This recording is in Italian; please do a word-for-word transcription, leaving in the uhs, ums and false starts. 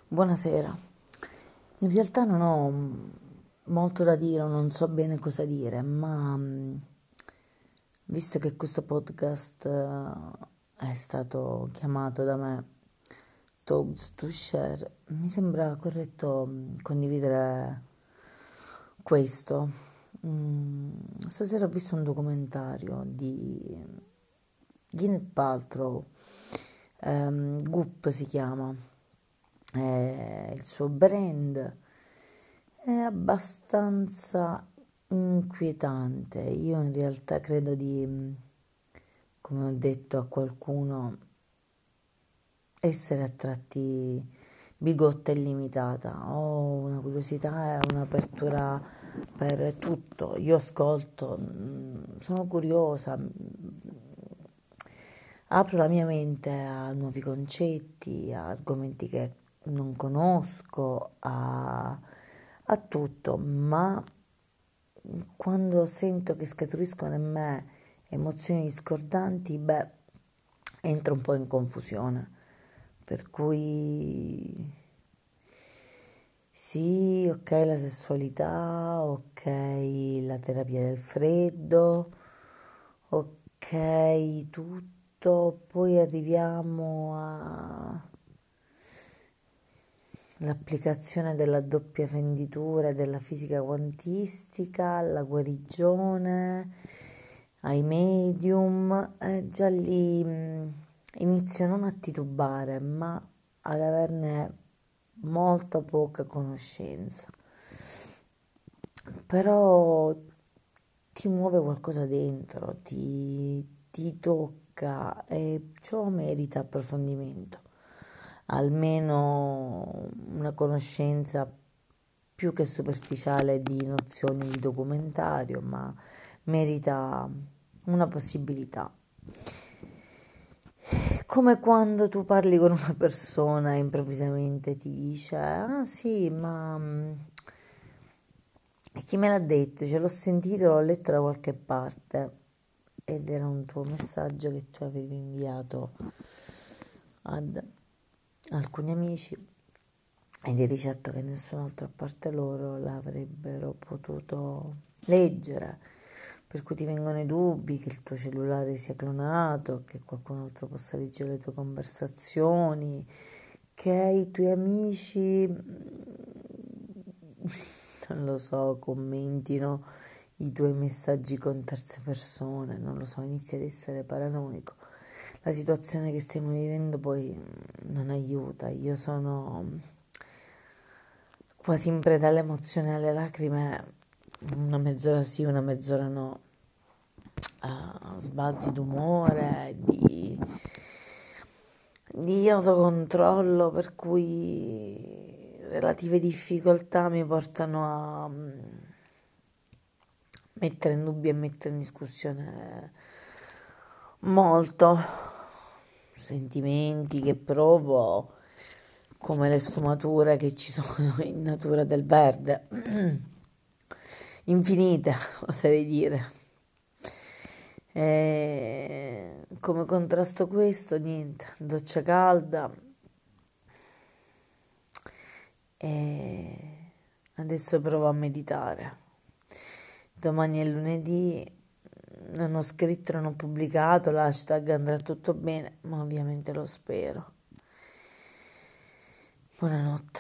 Buonasera. In realtà non ho mm, molto da dire, o non so bene cosa dire, ma mm, visto che questo podcast eh, è stato chiamato da me Talks to Share, mi sembra corretto mm, condividere questo. Mm, Stasera ho visto un documentario di Gwyneth Paltrow, ehm, Goop si chiama, è il suo brand, è abbastanza inquietante. Io in realtà credo di, come ho detto a qualcuno, essere a tratti bigotta illimitata. Ho una curiosità e un'apertura per tutto. Io ascolto, mm, sono curiosa, mm, apro la mia mente a nuovi concetti, a argomenti che non conosco, a, a tutto, ma quando sento che scaturiscono in me emozioni discordanti, beh, entro un po' in confusione. Per cui sì, ok la sessualità, ok la terapia del freddo, ok tutto, poi arriviamo all'applicazione della doppia fenditura e della fisica quantistica, alla guarigione, ai medium, e già lì mh, inizio non a titubare, ma ad averne molta poca conoscenza. Però ti muove qualcosa dentro, ti, ti tocca e ciò merita approfondimento, almeno una conoscenza più che superficiale di nozioni di documentario, ma merita una possibilità. Come quando tu parli con una persona e improvvisamente ti dice: Ah sì, ma mm, chi me l'ha detto? Ce l'ho sentito, l'ho letto da qualche parte. Ed era un tuo messaggio che tu avevi inviato ad alcuni amici ed eri certo che nessun altro a parte loro l'avrebbero potuto leggere, per cui ti vengono i dubbi che il tuo cellulare sia clonato, che qualcun altro possa leggere le tue conversazioni, che i tuoi amici, non lo so, commentino i tuoi messaggi con terze persone, non lo so, inizi ad essere paranoico. La situazione che stiamo vivendo poi non aiuta. Io sono quasi in preda all'emozione e alle lacrime, una mezz'ora sì, una mezz'ora no, uh, sbalzi d'umore, di, di autocontrollo, per cui relative difficoltà mi portano a mettere in dubbio e mettere in discussione molto sentimenti che provo, come le sfumature che ci sono in natura del verde, infinite, oserei dire. E come contrasto questo, niente, doccia calda e adesso provo a meditare. Domani è lunedì, non ho scritto, non ho pubblicato, l'hashtag andrà tutto bene, ma ovviamente lo spero. Buonanotte.